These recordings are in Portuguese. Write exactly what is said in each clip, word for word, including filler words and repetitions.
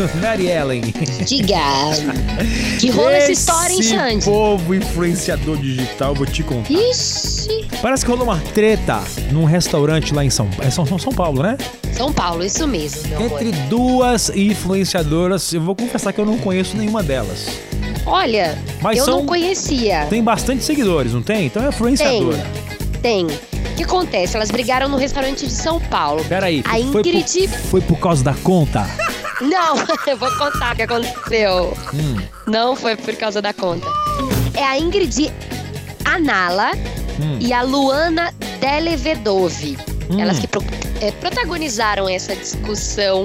Mary Ellen. Diga. Que rola essa história, hein, Xande? Esse povo influenciador digital, vou te contar. Ixi. Parece que rolou uma treta num restaurante lá em São, é São, São Paulo, né? São Paulo, isso mesmo, meu Entre amor. duas influenciadoras, eu vou confessar que eu não conheço nenhuma delas. Olha, Mas eu são, não conhecia. Tem bastante seguidores, não tem? Então é influenciadora. Tem, tem. O que acontece? Elas brigaram no restaurante de São Paulo. Peraí, A foi, Ingrid... por, foi por causa da conta? Não, eu vou contar o que aconteceu. Hum. Não foi por causa da conta. É a Ingrid Anala hum. e a Luana Delevedove. Hum. Elas que pro, é, protagonizaram essa discussão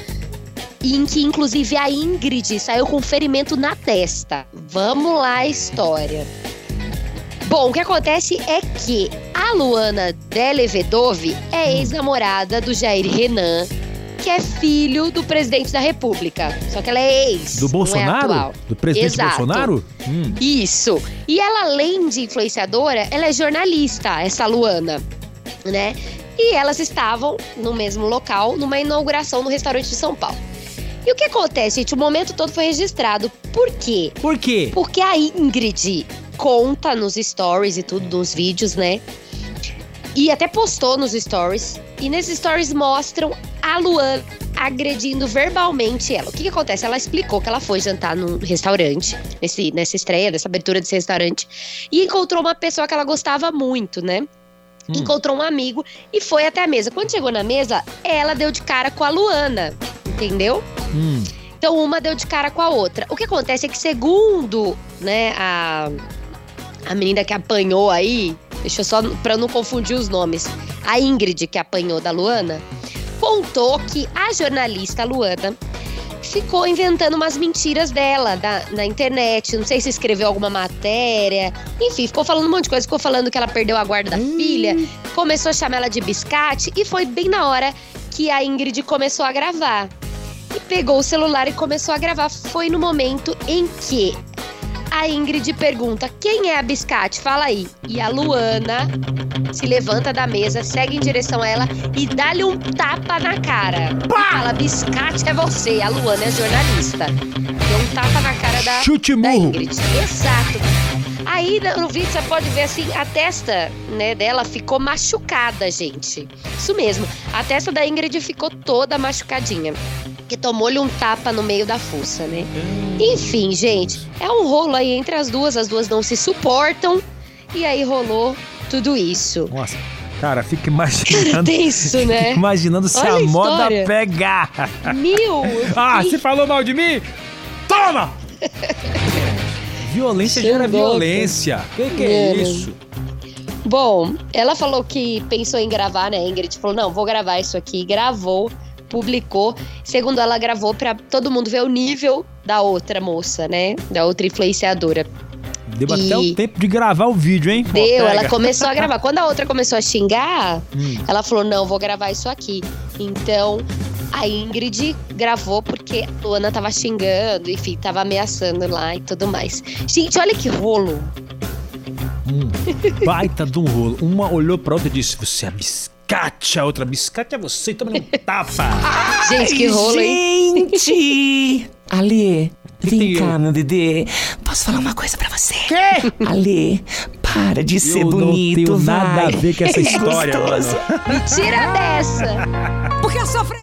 em que, inclusive, a Ingrid saiu com ferimento na testa. Vamos lá a história. Bom, o que acontece é que a Luana Delevedove é ex-namorada do Jair Renan, que é filho do presidente da República. Só que ela é ex, do Bolsonaro? Não é atual. Do presidente Exato. Bolsonaro? Hum. Isso. E ela, além de influenciadora, ela é jornalista, essa Luana, né? E elas estavam no mesmo local, numa inauguração no restaurante de São Paulo. E o que acontece, gente? O momento todo foi registrado. Por quê? Por quê? Porque a Ingrid conta nos stories e tudo, nos vídeos, né? E até postou nos stories. E nesses stories mostram a Luana agredindo verbalmente ela. O que que acontece? Ela explicou que ela foi jantar num restaurante, nesse, nessa estreia, nessa abertura desse restaurante, e encontrou uma pessoa que ela gostava muito, né? Hum. Encontrou um amigo e foi até a mesa. Quando chegou na mesa, ela deu de cara com a Luana, entendeu? Hum. Então uma deu de cara com a outra. O que acontece é que, segundo, né, a, a menina que apanhou aí, deixa eu só pra não confundir os nomes, a Ingrid, que apanhou da Luana, contou que a jornalista Luana ficou inventando umas mentiras dela da, na internet. Não sei se escreveu alguma matéria. Enfim, ficou falando um monte de coisa. Ficou falando que ela perdeu a guarda da hum. filha. Começou a chamar ela de biscate. E foi bem na hora que a Ingrid começou a gravar. E pegou o celular e começou a gravar. Foi no momento em que a Ingrid pergunta: quem é a biscate? Fala aí. E a Luana se levanta da mesa, segue em direção a ela e dá-lhe um tapa na cara. Pá! E fala: biscate é você. A Luana é jornalista. Deu um tapa na cara da, da Ingrid. Exato. Aí no vídeo você pode ver assim, a testa, né, dela ficou machucada, gente. Isso mesmo. A testa da Ingrid ficou toda machucadinha. Que tomou-lhe um tapa no meio da fuça, né? Hum. Enfim, gente, é um rolo aí entre as duas. As duas não se suportam. E aí rolou tudo isso. Nossa, cara, fica imaginando. Cara, tenso, né? Imaginando se Olha a, a moda pegar. Mil! Ah, você falou mal de mim? Toma! Violência Seu gera louco. violência. O que, que é Mano. isso? Bom, ela falou que pensou em gravar, né? A Ingrid falou: não, vou gravar isso aqui. Gravou, publicou. Segundo ela, gravou pra todo mundo ver o nível da outra moça, né? Da outra influenciadora. Deu e... até o tempo de gravar o vídeo, hein? Deu, Pô, ela começou a gravar. Quando a outra começou a xingar, hum. ela falou: não, vou gravar isso aqui. Então, a Ingrid gravou porque a Luana tava xingando, enfim, tava ameaçando lá e tudo mais. Gente, olha que rolo. Hum, baita de um rolo. Uma olhou pra outra e disse: você é biscate. A outra: biscate é você, toma um tapa. Gente, que rolo, hein? Gente! Alê, vem que cá, eu? meu bebê. Posso falar uma coisa pra você? Quê? Alê, para de ser eu bonito, não tenho vai. nada a ver com essa história, Gostoso. mano. Me tira dessa. Porque a sofrer